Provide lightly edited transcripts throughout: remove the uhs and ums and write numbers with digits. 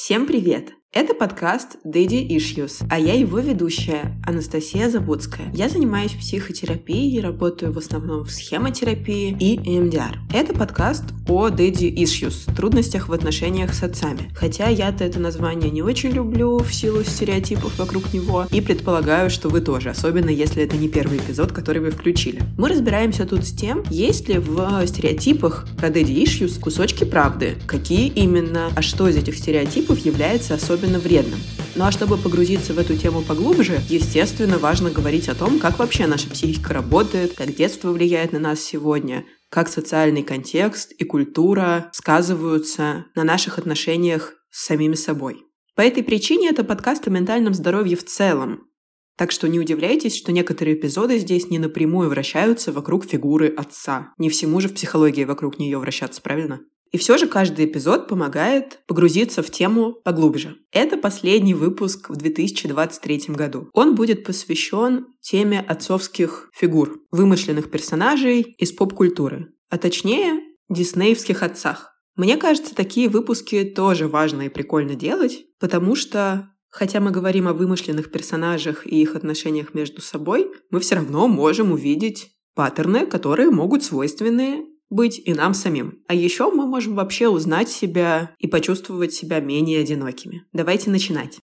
Всем привет! Это подкаст Daddy Issues, а я его ведущая Анастасия Забудская. Я занимаюсь психотерапией, работаю в основном в схемотерапии и EMDR. Это подкаст о Daddy Issues, трудностях в отношениях с отцами. Хотя я-то это название не очень люблю в силу стереотипов вокруг него и предполагаю, что вы тоже, особенно если это не первый эпизод, который вы включили. Мы разбираемся тут с тем, есть ли в стереотипах про Daddy Issues кусочки правды, какие именно, а что из этих стереотипов является особенно вредным. Ну а чтобы погрузиться в эту тему поглубже, естественно, важно говорить о том, как вообще наша психика работает, как детство влияет на нас сегодня, как социальный контекст и культура сказываются на наших отношениях с самими собой. По этой причине это подкаст о ментальном здоровье в целом. Так что не удивляйтесь, что некоторые эпизоды здесь не напрямую вращаются вокруг фигуры отца. Не всему же в психологии вокруг нее вращаться, правильно? И все же каждый эпизод помогает погрузиться в тему поглубже. Это последний выпуск в 2023 году. Он будет посвящен теме отцовских фигур, вымышленных персонажей из поп-культуры, а точнее диснеевских отцах. Мне кажется, такие выпуски тоже важно и прикольно делать, потому что, хотя мы говорим о вымышленных персонажах и их отношениях между собой, мы все равно можем увидеть паттерны, которые могут свойственны быть и нам самим. А еще мы можем вообще узнать себя и почувствовать себя менее одинокими. Давайте начинать.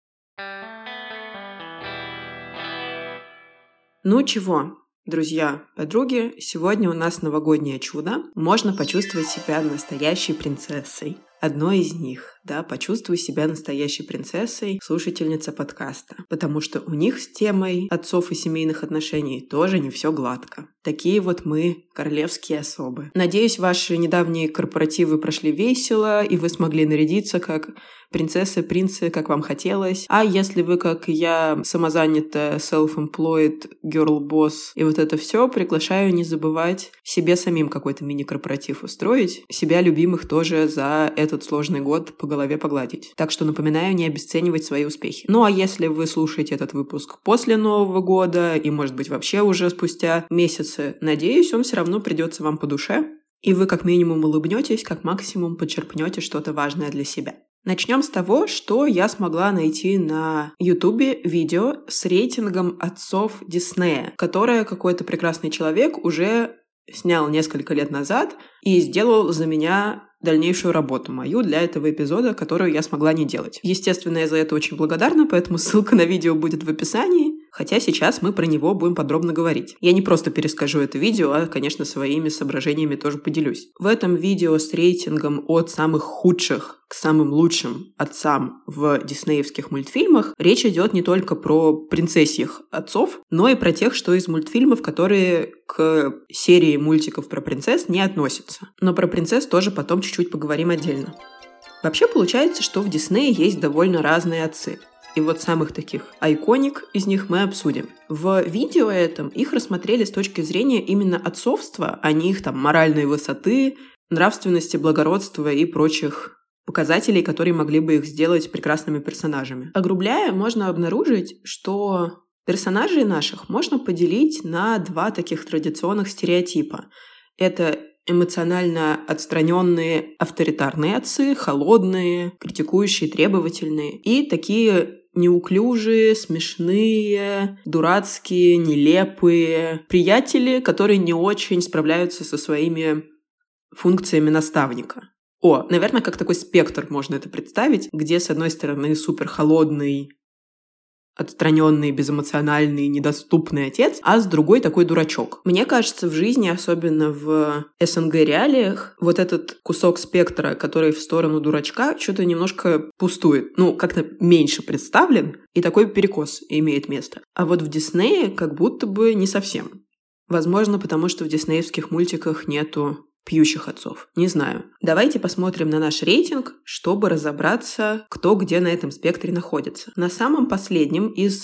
Ну чего, друзья, подруги, сегодня у нас новогоднее чудо. Можно почувствовать себя настоящей принцессой. Одной из них, да, почувствуй себя настоящей принцессой, слушательница подкаста. Потому что у них с темой отцов и семейных отношений тоже не все гладко. Такие вот мы, королевские особы. Надеюсь, ваши недавние корпоративы прошли весело, и вы смогли нарядиться как принцессы, принцы, как вам хотелось. А если вы, как я, самозанятая, self-employed, girl-boss, и вот это все, приглашаю не забывать себе самим какой-то мини-корпоратив устроить, себя любимых тоже за этот сложный год по голове погладить. Так что напоминаю не обесценивать свои успехи. Ну а если вы слушаете этот выпуск после Нового года и, может быть, вообще уже спустя месяцы, надеюсь, он все равно придется вам по душе, и вы как минимум улыбнетесь, как максимум подчерпнете что-то важное для себя. Начнем с того, что я смогла найти на Ютубе видео с рейтингом отцов Диснея, которое какой-то прекрасный человек уже снял несколько лет назад и сделал за меня дальнейшую работу мою для этого эпизода, которую я смогла не делать. Естественно, я за это очень благодарна, поэтому ссылка на видео будет в описании, хотя сейчас мы про него будем подробно говорить. Я не просто перескажу это видео, а, конечно, своими соображениями тоже поделюсь. В этом видео с рейтингом от самых худших к самым лучшим отцам в диснеевских мультфильмах речь идет не только про принцессьих отцов, но и про тех, что из мультфильмов, которые к серии мультиков про принцесс не относятся. Но про принцесс тоже потом чуть-чуть поговорим отдельно. Вообще получается, что в Диснее есть довольно разные отцы. И вот самых таких айконик из них мы обсудим. В видео этом их рассмотрели с точки зрения именно отцовства, а не их там моральной высоты, нравственности, благородства и прочих показателей, которые могли бы их сделать прекрасными персонажами. Огрубляя, можно обнаружить, что персонажей наших можно поделить на два таких традиционных стереотипа. Это эмоционально отстраненные авторитарные отцы, холодные, критикующие, требовательные, и такие неуклюжие, смешные, дурацкие, нелепые приятели, которые не очень справляются со своими функциями наставника. Наверное, как такой спектр можно это представить, где, с одной стороны, супер холодный, отстраненный, безэмоциональный, недоступный отец, а с другой такой дурачок. Мне кажется, в жизни, особенно в СНГ реалиях, вот этот кусок спектра, который в сторону дурачка, что-то немножко пустует. Как-то меньше представлен, и такой перекос имеет место. А вот в Диснее как будто бы не совсем. Возможно, потому что в диснеевских мультиках нету пьющих отцов. Не знаю. Давайте посмотрим на наш рейтинг, чтобы разобраться, кто где на этом спектре находится. На самом последнем из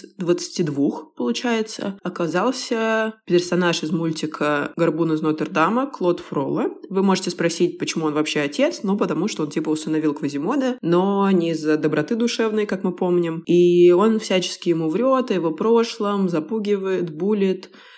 22, получается, оказался персонаж из мультика «Горбун из Нотр-Дама» Клод Фролло. Вы можете спросить, почему он вообще отец, потому что он усыновил Квазимода, но не из-за доброты душевной, как мы помним. И он всячески ему врет о его прошлом, запугивает, булит,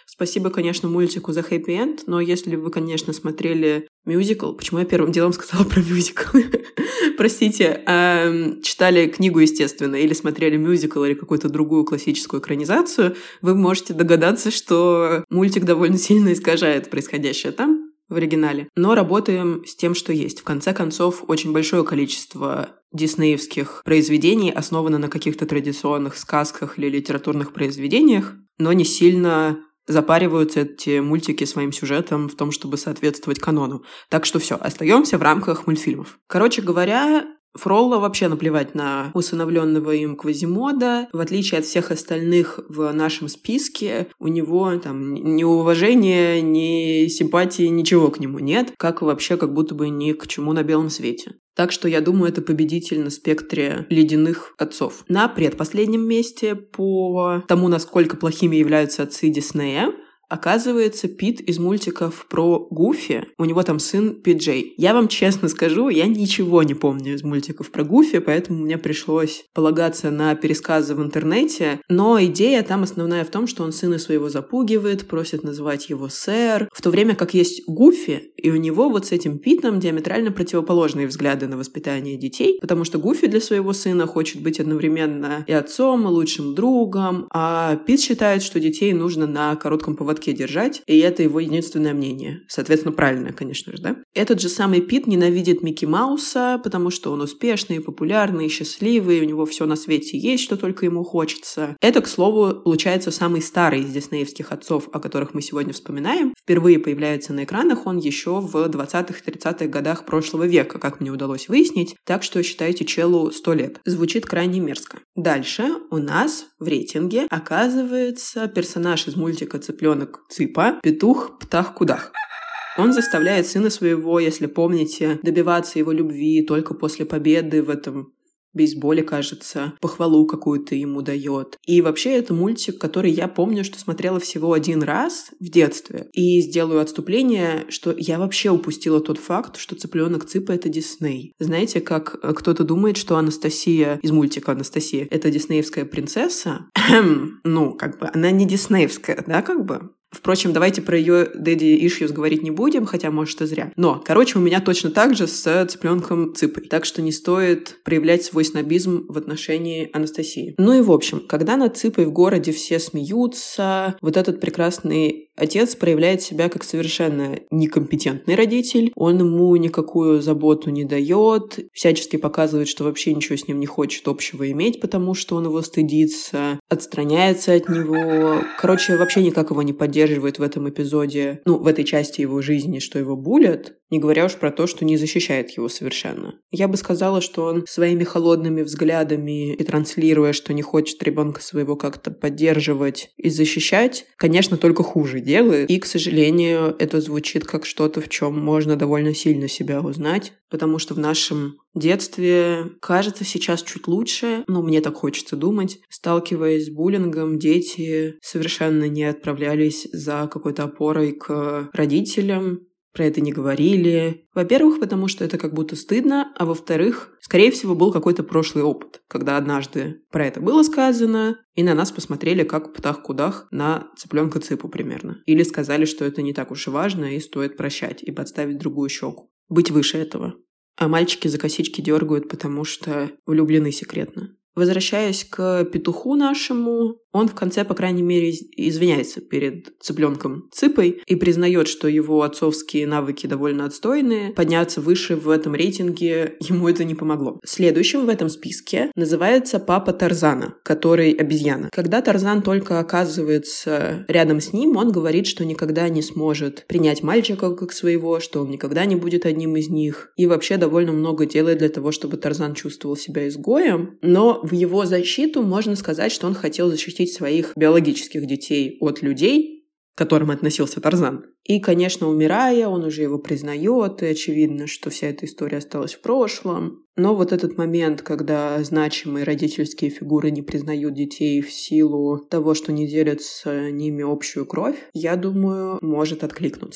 Спасибо, конечно, мультику за хэппи-энд, но если вы, конечно, смотрели мюзикл... Почему я первым делом сказала про мюзикл? Простите. Читали книгу, естественно, или смотрели мюзикл или какую-то другую классическую экранизацию, вы можете догадаться, что мультик довольно сильно искажает происходящее там в оригинале. Но работаем с тем, что есть. В конце концов, очень большое количество диснеевских произведений основано на каких-то традиционных сказках или литературных произведениях, но не сильно запариваются эти мультики своим сюжетом в том, чтобы соответствовать канону. Так что все, остаемся в рамках мультфильмов. Короче говоря, Фролло вообще наплевать на усыновленного им Квазимода. В отличие от всех остальных в нашем списке, у него там ни уважения, ни симпатии, ничего к нему нет, как вообще как будто бы ни к чему на белом свете. Так что, я думаю, это победитель на спектре ледяных отцов. На предпоследнем месте по тому, насколько плохими являются отцы Диснея, оказывается Пит из мультиков про Гуфи. У него там сын Пи-Джей. Я вам честно скажу, я ничего не помню из мультиков про Гуфи, поэтому мне пришлось полагаться на пересказы в интернете. Но идея там основная в том, что он сына своего запугивает, просит называть его сэр. В то время как есть Гуфи, и у него вот с этим Питом диаметрально противоположные взгляды на воспитание детей, потому что Гуфи для своего сына хочет быть одновременно и отцом, и лучшим другом, а Пит считает, что детей нужно на коротком поводке держать, и это его единственное мнение. Соответственно, правильное, конечно же, да? Этот же самый Пит ненавидит Микки Мауса, потому что он успешный, популярный, счастливый, у него все на свете есть, что только ему хочется. Это, к слову, получается самый старый из диснеевских отцов, о которых мы сегодня вспоминаем. Впервые появляется на экранах он еще в 20-30-х годах прошлого века, как мне удалось выяснить, так что считайте челу 100 лет. Звучит крайне мерзко. Дальше у нас в рейтинге оказывается персонаж из мультика «Цыпленок Цыпа» петух Птах-Кудах. Он заставляет сына своего, если помните, добиваться его любви только после победы в этом бейсболе, кажется, похвалу какую-то ему дает. И вообще это мультик, который я помню, что смотрела всего один раз в детстве. И сделаю отступление, что я вообще упустила тот факт, что «Цыпленок Цыпа» — это Дисней. Знаете, как кто-то думает, что Анастасия из мультика «Анастасия» — это диснеевская принцесса? Ну, как бы, она не диснеевская, да, как бы? Впрочем, давайте про ее Daddy Issues говорить не будем, хотя, может, и зря. Но, короче, у меня точно так же с цыпленком Цыпой. Так что не стоит проявлять свой снобизм в отношении Анастасии. Ну и в общем, когда над Цыпой в городе все смеются, вот этот прекрасный отец проявляет себя как совершенно некомпетентный родитель. Он ему никакую заботу не дает, всячески показывает, что вообще ничего с ним не хочет общего иметь, потому что он его стыдится, отстраняется от него. Короче, вообще никак его не поддерживает в этом эпизоде, ну, в этой части его жизни, что его булят, не говоря уж про то, что не защищает его совершенно. Я бы сказала, что он своими холодными взглядами и транслируя, что не хочет ребенка своего как-то поддерживать и защищать, конечно, только хуже делает. И, к сожалению, это звучит как что-то, в чем можно довольно сильно себя узнать, потому что в нашем детстве, кажется, сейчас чуть лучше, но мне так хочется думать. Сталкиваясь с буллингом, дети совершенно не отправлялись за какой-то опорой к родителям, про это не говорили. Во-первых, потому что это как будто стыдно, а во-вторых, скорее всего, был какой-то прошлый опыт, когда однажды про это было сказано, и на нас посмотрели как Птах-Кудах на цыпленка Цыпу примерно. Или сказали, что это не так уж и важно, и стоит прощать, и подставить другую щеку. Быть выше этого. А мальчики за косички дергают, потому что влюблены секретно. Возвращаясь к петуху нашему, он в конце, по крайней мере, извиняется перед цыпленком Цыпой и признает, что его отцовские навыки довольно отстойные. Подняться выше в этом рейтинге ему это не помогло. Следующим в этом списке называется папа Тарзана, который обезьяна. Когда Тарзан только оказывается рядом с ним, он говорит, что никогда не сможет принять мальчика как своего, что он никогда не будет одним из них. И вообще довольно много делает для того, чтобы Тарзан чувствовал себя изгоем. Но в его защиту можно сказать, что он хотел защитить своих биологических детей от людей, к которым относился Тарзан. И, конечно, умирая, он уже его признает, и очевидно, что вся эта история осталась в прошлом. Но вот этот момент, когда значимые родительские фигуры не признают детей в силу того, что не делят с ними общую кровь, я думаю, может откликнуться.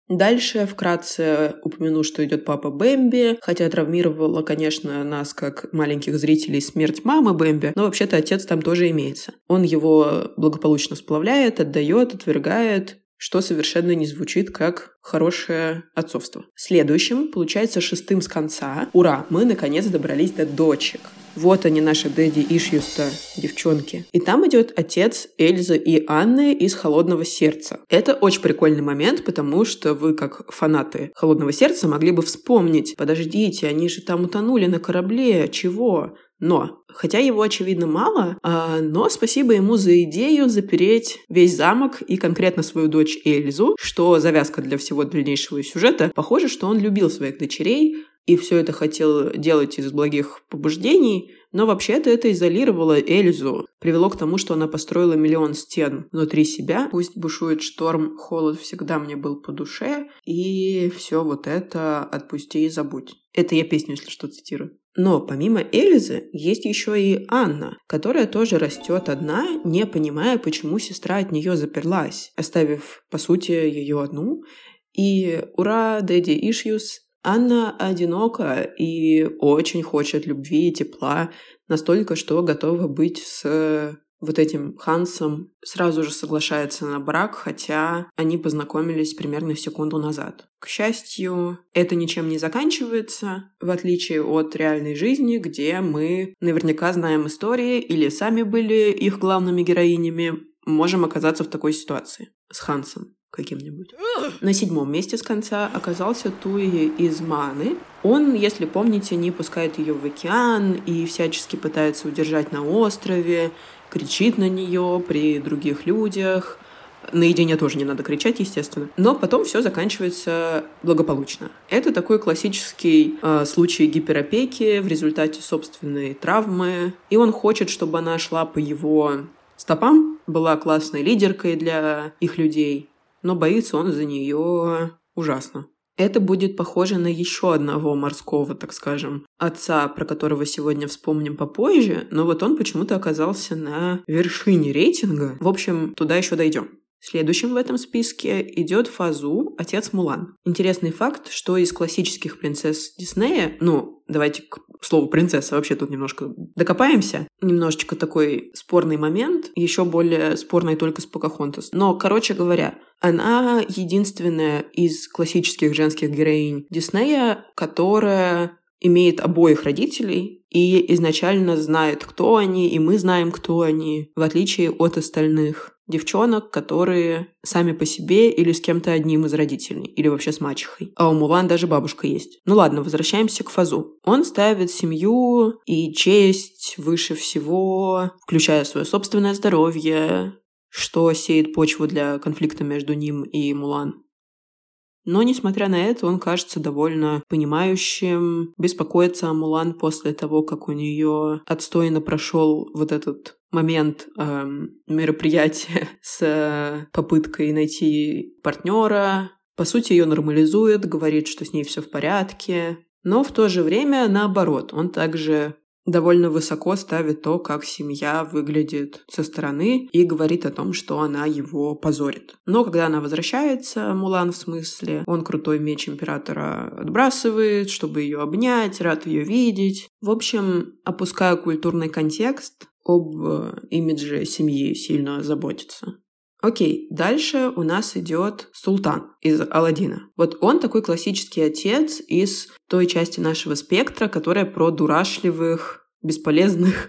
Дальше вкратце упомяну, что идет папа Бэмби, хотя травмировала, конечно, нас, как маленьких зрителей, смерть мамы Бэмби, но вообще-то отец там тоже имеется. Он его благополучно сплавляет, отдает, отвергает, что совершенно не звучит как хорошее отцовство. Следующим, получается, 6 с конца. Ура, мы наконец добрались до дочек. Вот они, наши daddy issues-то, девчонки. И там идет отец Эльзы и Анны из «Холодного сердца». Это очень прикольный момент, потому что вы, как фанаты «Холодного сердца», могли бы вспомнить: подождите, они же там утонули на корабле, чего? Но, хотя его, очевидно, мало, но спасибо ему за идею запереть весь замок и конкретно свою дочь Эльзу, что завязка для всего дальнейшего сюжета. Похоже, что он любил своих дочерей и все это хотел делать из благих побуждений, но вообще-то это изолировало Эльзу, привело к тому, что она построила миллион стен внутри себя. Пусть бушует шторм, холод всегда мне был по душе, и все вот это отпусти и забудь. Это я песню, если что, цитирую. Но помимо Эльзы есть еще и Анна, которая тоже растет одна, не понимая, почему сестра от нее заперлась, оставив, по сути, ее одну. И ура, daddy issues! Анна одинока и очень хочет любви и тепла, настолько, что готова быть с вот этим Хансом, сразу же соглашается на брак, хотя они познакомились примерно секунду назад. К счастью, это ничем не заканчивается, в отличие от реальной жизни, где мы наверняка знаем истории или сами были их главными героинями, можем оказаться в такой ситуации с Хансом каким-нибудь. На 7 месте с конца оказался Туи из Маны. Он, если помните, не пускает ее в океан и всячески пытается удержать на острове, кричит на нее при других людях. Наедине тоже не надо кричать, естественно. Но потом все заканчивается благополучно. Это такой классический случай гиперопеки в результате собственной травмы. И он хочет, чтобы она шла по его стопам, была классной лидеркой для их людей. Но боится он за нее ужасно. Это будет похоже на еще одного морского, так скажем, отца, про которого сегодня вспомним попозже, но вот он почему-то оказался на вершине рейтинга. В общем, туда еще дойдем. Следующим в этом списке идет Фазу, отец Мулан. Интересный факт, что из классических принцесс Диснея, давайте к слову принцесса вообще тут немножко докопаемся, немножечко такой спорный момент, еще более спорный только с Покахонтас. Но, короче говоря, она единственная из классических женских героинь Диснея, которая имеет обоих родителей и изначально знает, кто они, и мы знаем, кто они, в отличие от остальных девчонок, которые сами по себе или с кем-то одним из родителей, или вообще с мачехой. А у Мулан даже бабушка есть. Ну ладно, возвращаемся к Фазу. Он ставит семью и честь выше всего, включая свое собственное здоровье, что сеет почву для конфликта между ним и Мулан. Но, несмотря на это, он кажется довольно понимающим, беспокоится о Мулан после того, как у нее отстойно прошел вот этот момент мероприятия с попыткой найти партнера. По сути, ее нормализует, говорит, что с ней все в порядке. Но в то же время, наоборот, он также довольно высоко ставит то, как семья выглядит со стороны, и говорит о том, что она его позорит. Но когда она возвращается, Мулан в смысле, он крутой меч императора отбрасывает, чтобы ее обнять, рад ее видеть. В общем, опуская культурный контекст, об имидже семьи сильно заботится. Окей, дальше у нас идет Султан из Аладдина. Вот он такой классический отец из той части нашего спектра, которая про дурашливых, бесполезных,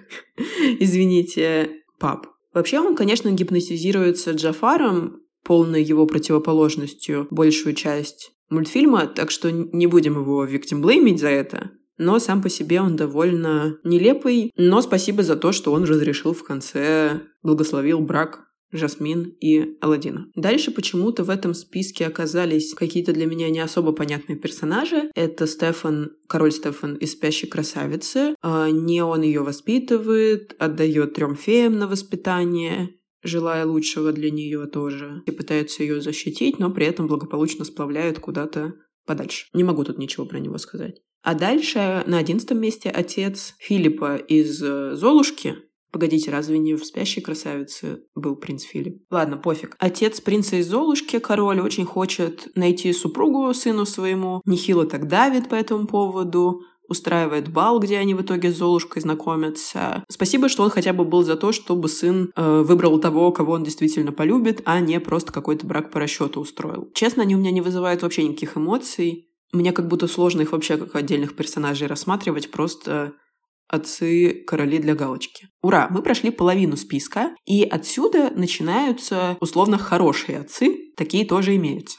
извините, пап. Вообще он, конечно, гипнотизируется Джафаром, полной его противоположностью, большую часть мультфильма, так что не будем его виктимблеймить за это. Но сам по себе он довольно нелепый, но спасибо за то, что он разрешил в конце, благословил брак Жасмин и Аладдина. Дальше почему-то в этом списке оказались какие-то для меня не особо понятные персонажи. Это Стефан, король Стефан из «Спящей красавицы». Не он ее воспитывает, отдает 3 феям на воспитание, желая лучшего для нее тоже. И пытается ее защитить, но при этом благополучно сплавляют куда-то подальше. Не могу тут ничего про него сказать. А дальше на 11 месте отец Филиппа из «Золушки». Погодите, разве не в «Спящей красавице» был принц Филипп? Ладно, пофиг. Отец принца из «Золушки», король, очень хочет найти супругу сыну своему. Нехило так давит по этому поводу. Устраивает бал, где они в итоге с Золушкой знакомятся. Спасибо, что он хотя бы был за то, чтобы сын выбрал того, кого он действительно полюбит, а не просто какой-то брак по расчету устроил. Честно, они у меня не вызывают вообще никаких эмоций. Мне как будто сложно их вообще как отдельных персонажей рассматривать, просто отцы-короли для галочки. Ура! Мы прошли половину списка, и отсюда начинаются условно хорошие отцы, такие тоже имеются.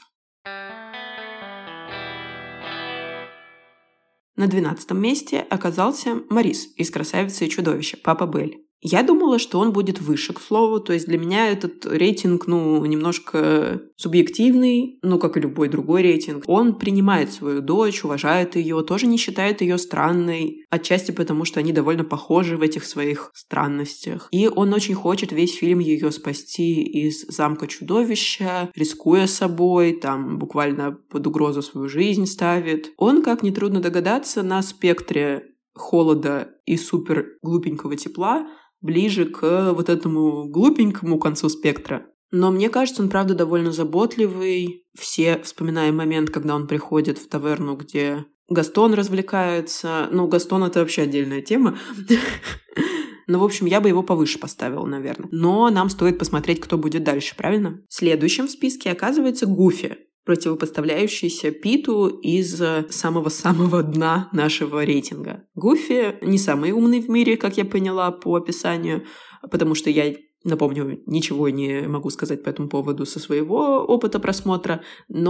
На 12-м месте оказался Морис из «Красавицы и чудовища», папа Белль. Я думала, что он будет выше, к слову. То есть для меня этот рейтинг, немножко субъективный, как и любой другой рейтинг. Он принимает свою дочь, уважает ее, тоже не считает ее странной. Отчасти потому, что они довольно похожи в этих своих странностях. И он очень хочет весь фильм ее спасти из замка чудовища, рискуя собой, там буквально под угрозу свою жизнь ставит. Он, как нетрудно догадаться, на спектре холода и супер глупенького тепла ближе к вот этому глупенькому концу спектра. Но мне кажется, он, правда, довольно заботливый. Все вспоминаем момент, когда он приходит в таверну, где Гастон развлекается. Гастон — это вообще отдельная тема. В общем, я бы его повыше поставила, наверное. Но нам стоит посмотреть, кто будет дальше, правильно? Следующим в списке оказывается Гуфи, противопоставляющийся Питу из самого-самого дна нашего рейтинга. Гуфи не самый умный в мире, как я поняла по описанию, потому что я, напомню, ничего не могу сказать по этому поводу со своего опыта просмотра,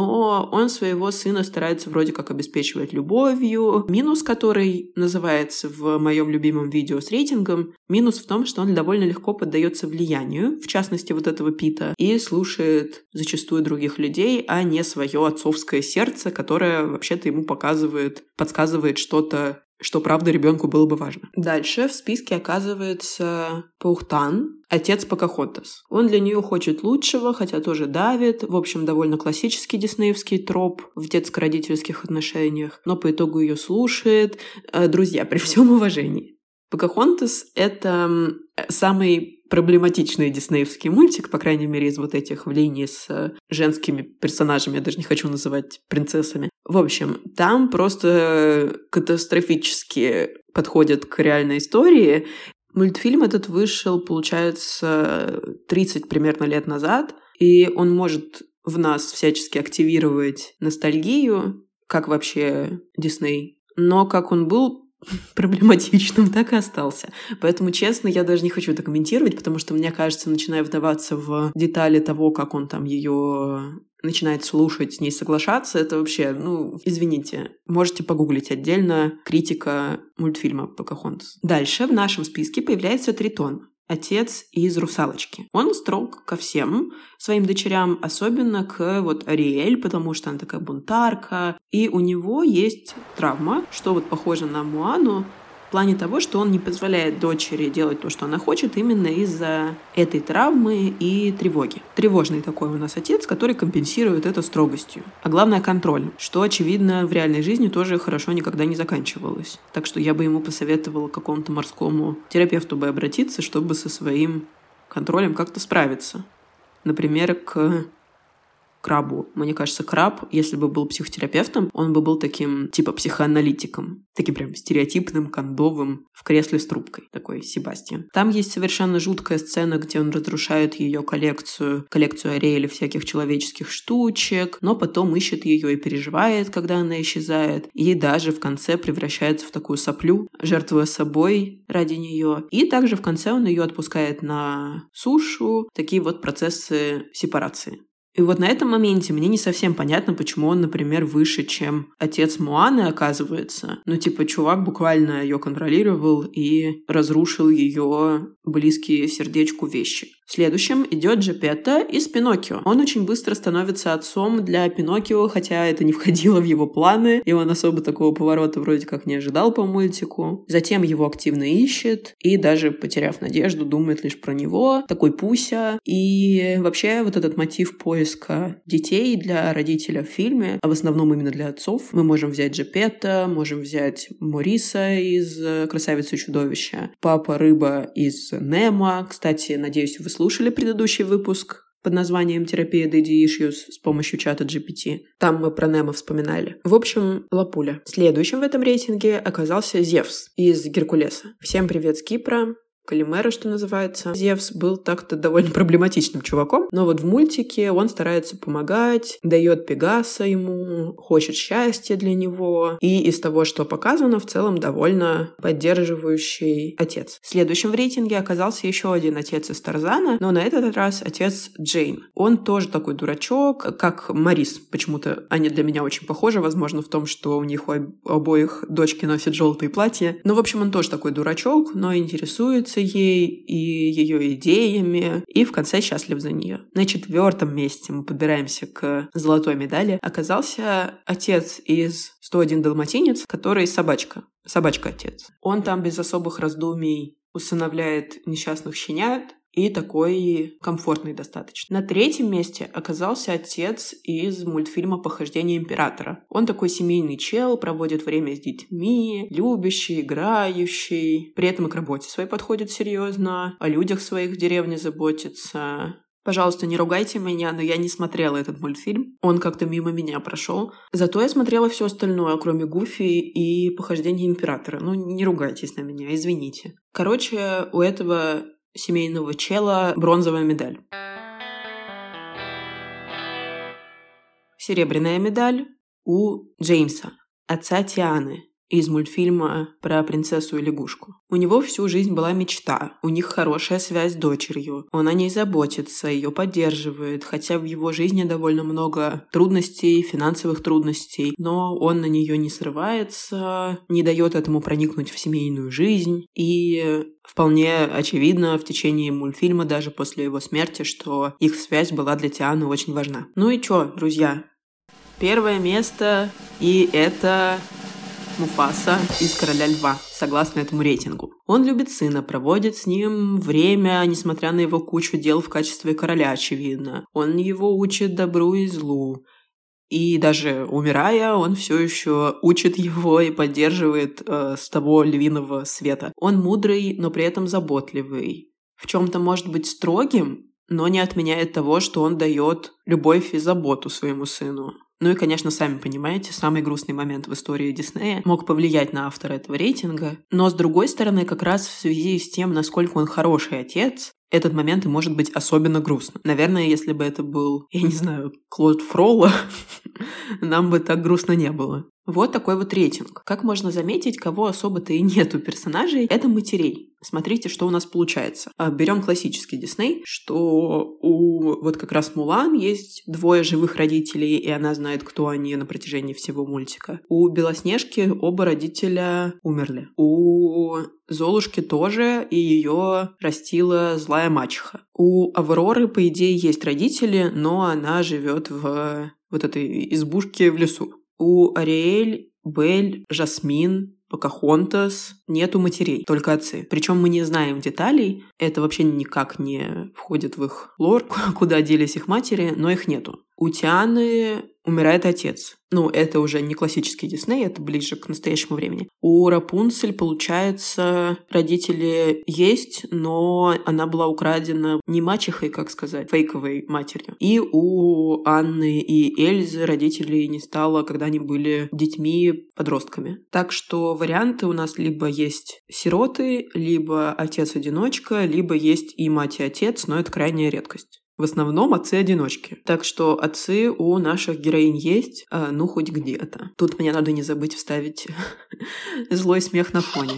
но он своего сына старается вроде как обеспечивать любовью. Минус, который называется в моем любимом видео с рейтингом, минус в том, что он довольно легко поддается влиянию, в частности, вот этого Пита, и слушает зачастую других людей, а не свое отцовское сердце, которое вообще-то ему подсказывает что-то, что, правда, ребенку было бы важно. Дальше в списке оказывается Паухтан, отец Покахонтас. Он для нее хочет лучшего, хотя тоже давит. В общем, довольно классический диснеевский троп в детско-родительских отношениях, но по итогу ее слушает. Друзья, при всем уважении, Покахонтас — это самый проблематичный диснеевский мультик, по крайней мере, из вот этих в линии с женскими персонажами, я даже не хочу называть принцессами. В общем, там просто катастрофически подходят к реальной истории. Мультфильм этот вышел, получается, 30 примерно лет назад, и он может в нас всячески активировать ностальгию, как вообще Дисней. Но как он был проблематичным, так и остался. Поэтому, честно, я даже не хочу это комментировать, потому что, мне кажется, начиная вдаваться в детали того, как он там ее начинает слушать, с ней соглашаться, это вообще, извините, можете погуглить отдельно критика мультфильма «Покахонтас». Дальше в нашем списке появляется Тритон, отец из «Русалочки». Он строг ко всем своим дочерям, особенно к Ариэль, потому что она такая бунтарка. И у него есть травма, что похоже на Моану, в плане того, что он не позволяет дочери делать то, что она хочет, именно из-за этой травмы и тревоги. Тревожный такой у нас отец, который компенсирует это строгостью. А главное — контролем, что, очевидно, в реальной жизни тоже хорошо никогда не заканчивалось. Так что я бы ему посоветовала к какому-то морскому терапевту бы обратиться, чтобы со своим контролем как-то справиться. Например, к крабу. Мне кажется, краб, если бы был психотерапевтом, он бы был таким, психоаналитиком. Таким прям стереотипным, кондовым, в кресле с трубкой. Такой Себастьян. Там есть совершенно жуткая сцена, где он разрушает ее коллекцию Ариэли всяких человеческих штучек, но потом ищет ее и переживает, когда она исчезает. И даже в конце превращается в такую соплю, жертвуя собой ради нее. И также в конце он ее отпускает на сушу. Такие процессы сепарации. И на этом моменте мне не совсем понятно, почему он, например, выше, чем отец Моаны, оказывается. Чувак буквально ее контролировал и разрушил ее близкие сердечку вещи. Следующим идет Джепетто из «Пиноккио». Он очень быстро становится отцом для Пиноккио, хотя это не входило в его планы, и он особо такого поворота вроде как не ожидал по мультику. Затем его активно ищет, и даже потеряв надежду, думает лишь про него. Такой Пуся. И вообще вот этот мотив поиска детей для родителя в фильме, а в основном именно для отцов, мы можем взять Джепетто, можем взять Мориса из «Красавицы и чудовища», Папа Рыба из «Немо». Кстати, надеюсь, вы слушали предыдущий выпуск под названием «Терапия Daddy Issues» с помощью чата GPT. Там мы про Немо вспоминали. В общем, лапуля. Следующим в этом рейтинге оказался Зевс из «Геркулеса». Всем привет с Кипра. Калимера, что называется. Зевс был так-то довольно проблематичным чуваком, но вот в мультике он старается помогать, дает Пегаса ему, хочет счастья для него, и из того, что показано, в целом довольно поддерживающий отец. Следующим в рейтинге оказался еще один отец из Тарзана, но на этот раз отец Джейн. Он тоже такой дурачок, как Морис. Почему-то они для меня очень похожи, возможно, в том, что у них у обоих дочки носят желтые платья. Но, в общем, он тоже такой дурачок, но интересуется ей и ее идеями, и в конце счастлив за нее. На 4-м месте мы подбираемся к золотой медали. Оказался отец из «101 далматинец», который собачка. Собачка-отец. Он там без особых раздумий усыновляет несчастных щенят, и такой комфортный достаточно. На 3-м месте оказался отец из мультфильма «Похождение императора». Он такой семейный чел, проводит время с детьми, любящий, играющий, при этом и к работе своей подходит серьезно, о людях своих в деревне заботится. Пожалуйста, не ругайте меня, но я не смотрела этот мультфильм. Он как-то мимо меня прошел. Зато я смотрела все остальное, кроме Гуфи и «Похождение императора». Ну, не ругайтесь на меня, извините. Короче, у этого семейного чела бронзовая медаль. Серебряная медаль у Джеймса, отца Тианы, из мультфильма про принцессу и лягушку. У него всю жизнь была мечта, у них хорошая связь с дочерью, он о ней заботится, ее поддерживает, хотя в его жизни довольно много трудностей, финансовых трудностей, но он на нее не срывается, не дает этому проникнуть в семейную жизнь, и вполне очевидно в течение мультфильма, даже после его смерти, что их связь была для Тианы очень важна. Ну и чё, друзья? 1 место, и это Муфаса из «Короля льва», согласно этому рейтингу. Он любит сына, проводит с ним время, несмотря на его кучу дел в качестве короля, очевидно. Он его учит добру и злу. И даже умирая, он все еще учит его и поддерживает с того львиного света. Он мудрый, но при этом заботливый. В чем-то может быть строгим, но не отменяет того, что он дает любовь и заботу своему сыну. Ну и, конечно, сами понимаете, самый грустный момент в истории Диснея мог повлиять на автора этого рейтинга. Но, с другой стороны, как раз в связи с тем, насколько он хороший отец, этот момент и может быть особенно грустным. Наверное, если бы это был, я не знаю, Клод Фролло, нам бы так грустно не было. Вот такой вот рейтинг. Как можно заметить, кого особо-то и нет у персонажей, это матерей. Смотрите, что у нас получается. Берем классический Дисней, что у вот как раз Мулан есть 2 живых родителей, и она знает, кто они на протяжении всего мультика. У Белоснежки оба родителя умерли. У Золушки тоже, и ее растила злая мачеха. У Авроры, по идее, есть родители, но она живет в вот этой избушке в лесу. У Ариэль, Бель, Жасмин, Покахонтас нету матерей, только отцы. Причем мы не знаем деталей, это вообще никак не входит в их лор, куда делись их матери, но их нету. У Тианы умирает отец. Ну, это уже не классический Дисней, это ближе к настоящему времени. У Рапунцель, получается, родители есть, но она была украдена не мачехой, как сказать, фейковой матерью. И у Анны и Эльзы родителей не стало, когда они были детьми-подростками. Так что варианты у нас либо есть сироты, либо отец-одиночка, либо есть и мать, и отец, но это крайняя редкость. В основном отцы-одиночки. Так что отцы у наших героинь есть, ну, хоть где-то. Тут мне надо не забыть вставить злой смех на фоне.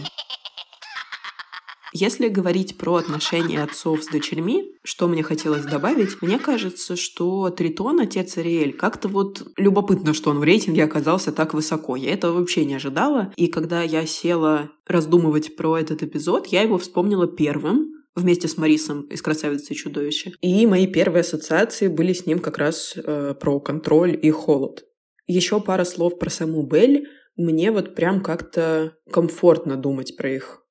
Если говорить про отношения отцов с дочерьми, что мне хотелось добавить, мне кажется, что Тритон, отец Ариэль, как-то вот любопытно, что он в рейтинге оказался так высоко. Я этого вообще не ожидала. И когда я села раздумывать про этот эпизод, я его вспомнила первым, вместе с Марисом из «Красавицы и чудовища». И мои первые ассоциации были с ним как раз про контроль и холод. Еще пара слов про саму Белль. Мне вот прям как-то комфортно думать про их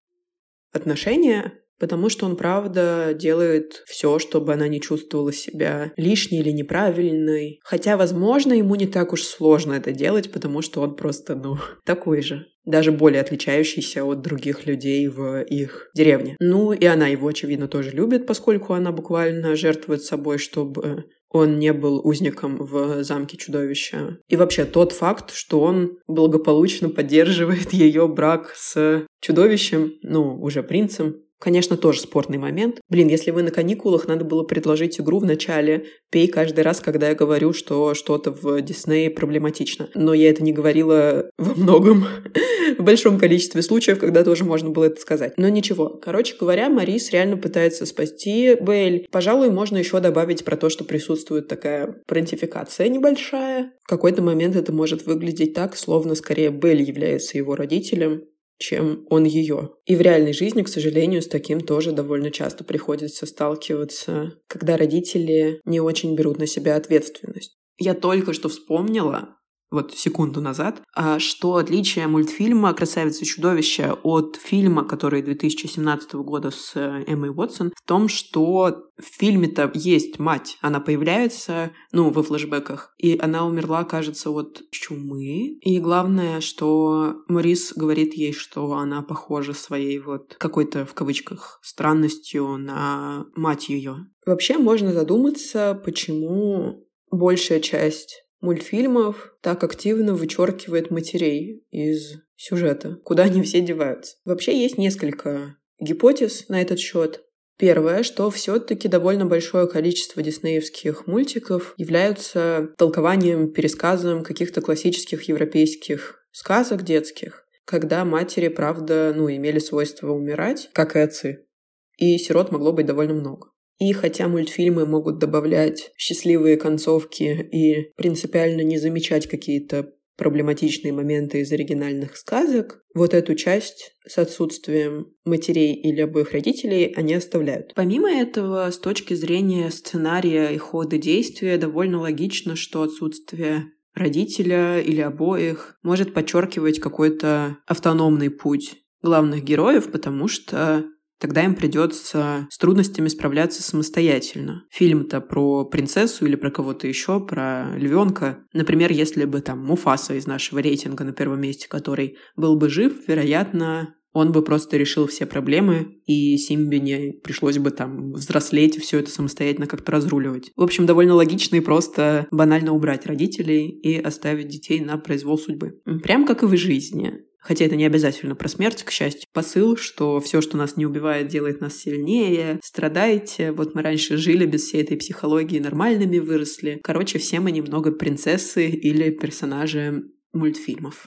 отношения, потому что он, правда, делает все, чтобы она не чувствовала себя лишней или неправильной. Хотя, возможно, ему не так уж сложно это делать, потому что он просто, такой же. Даже более отличающийся от других людей в их деревне. И она его, очевидно, тоже любит, поскольку она буквально жертвует собой, чтобы он не был узником в замке чудовища. И вообще тот факт, что он благополучно поддерживает ее брак с чудовищем, уже принцем, конечно, тоже спорный момент. Если вы на каникулах, надо было предложить игру в начале «Пей каждый раз, когда я говорю, что что-то в Диснее проблематично». Но я это не говорила во многом, в большом количестве случаев, когда тоже можно было это сказать. Но ничего. Короче говоря, Марис реально пытается спасти Белль. Пожалуй, можно еще добавить про то, что присутствует такая парентификация небольшая. В какой-то момент это может выглядеть так, словно скорее Белль является его родителем, чем он ее. И в реальной жизни, к сожалению, с таким тоже довольно часто приходится сталкиваться, когда родители не очень берут на себя ответственность. Я только что вспомнила, секунду назад, что отличие мультфильма «Красавица и чудовище» от фильма, который 2017 года с Эммой Уотсон, в том, что в фильме-то есть мать. Она появляется, во флешбеках, и она умерла, кажется, от чумы. И главное, что Марис говорит ей, что она похожа своей какой-то, в кавычках, странностью на мать ее. Вообще можно задуматься, почему большая часть мультфильмов так активно вычеркивает матерей из сюжета, куда они все деваются. Вообще есть несколько гипотез на этот счет. Первое, что все-таки довольно большое количество диснеевских мультиков являются толкованием, пересказом каких-то классических европейских сказок детских, когда матери, правда, имели свойство умирать, как и отцы. И сирот могло быть довольно много. И хотя мультфильмы могут добавлять счастливые концовки и принципиально не замечать какие-то проблематичные моменты из оригинальных сказок, эту часть с отсутствием матерей или обоих родителей они оставляют. Помимо этого, с точки зрения сценария и хода действия, довольно логично, что отсутствие родителя или обоих может подчеркивать какой-то автономный путь главных героев, потому что тогда им придется с трудностями справляться самостоятельно. Фильм-то про принцессу или про кого-то еще, про львенка. Например, если бы Муфаса из нашего рейтинга на первом месте, который был бы жив, вероятно, он бы просто решил все проблемы, и Симбе не пришлось бы взрослеть и все это самостоятельно как-то разруливать. В общем, довольно логично и просто банально убрать родителей и оставить детей на произвол судьбы. Прям как и в жизни. Хотя это не обязательно про смерть, к счастью. Посыл, что все, что нас не убивает, делает нас сильнее. Страдайте. Мы раньше жили без всей этой психологии, нормальными выросли. Короче, все мы немного принцессы или персонажи мультфильмов.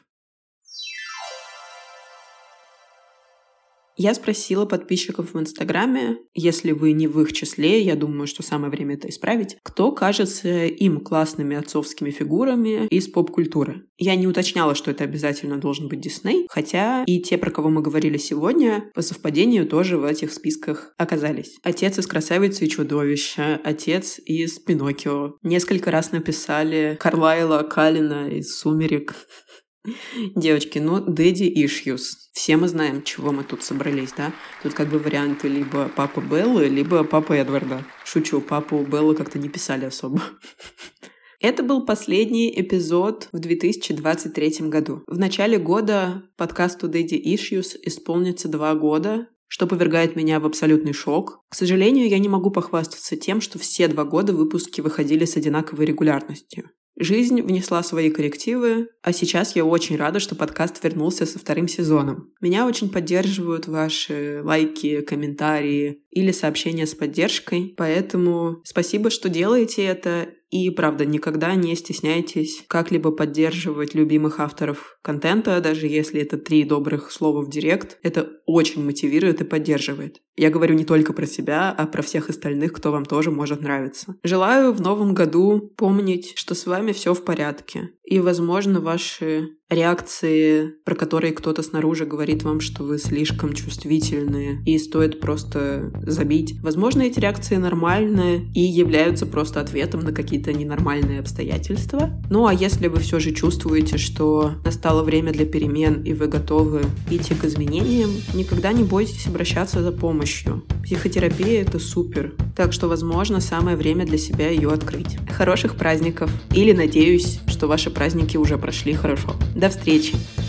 Я спросила подписчиков в Инстаграме, если вы не в их числе, я думаю, что самое время это исправить, кто кажется им классными отцовскими фигурами из поп-культуры. Я не уточняла, что это обязательно должен быть Дисней, хотя и те, про кого мы говорили сегодня, по совпадению тоже в этих списках оказались. Отец из «Красавицы и чудовища», отец из «Пиноккио». Несколько раз написали Карлайла Каллина из «Сумерек». Девочки, daddy issues. Все мы знаем, чего мы тут собрались, да? Тут варианты либо папа Беллы, либо папа Эдварда. Шучу, папу Беллы как-то не писали особо. Это был последний эпизод в 2023 году. В начале года подкасту Daddy Issues исполнится 2 года, что повергает меня в абсолютный шок. К сожалению, я не могу похвастаться тем, что все 2 года выпуски выходили с одинаковой регулярностью. Жизнь внесла свои коррективы, а сейчас я очень рада, что подкаст вернулся со 2-м сезоном. Меня очень поддерживают ваши лайки, комментарии или сообщения с поддержкой, поэтому спасибо, что делаете это. И, правда, никогда не стесняйтесь как-либо поддерживать любимых авторов контента, даже если это 3 добрых слова в директ. Это очень мотивирует и поддерживает. Я говорю не только про себя, а про всех остальных, кто вам тоже может нравиться. Желаю в новом году помнить, что с вами все в порядке. И, возможно, ваши реакции, про которые кто-то снаружи говорит вам, что вы слишком чувствительны и стоит просто забить. Возможно, эти реакции нормальны и являются просто ответом на какие-то ненормальные обстоятельства. Ну а если вы все же чувствуете, что настало время для перемен и вы готовы идти к изменениям, никогда не бойтесь обращаться за помощью. Психотерапия — это супер. Так что, возможно, самое время для себя ее открыть. Хороших праздников! Или надеюсь, что ваши праздники уже прошли хорошо. До встречи!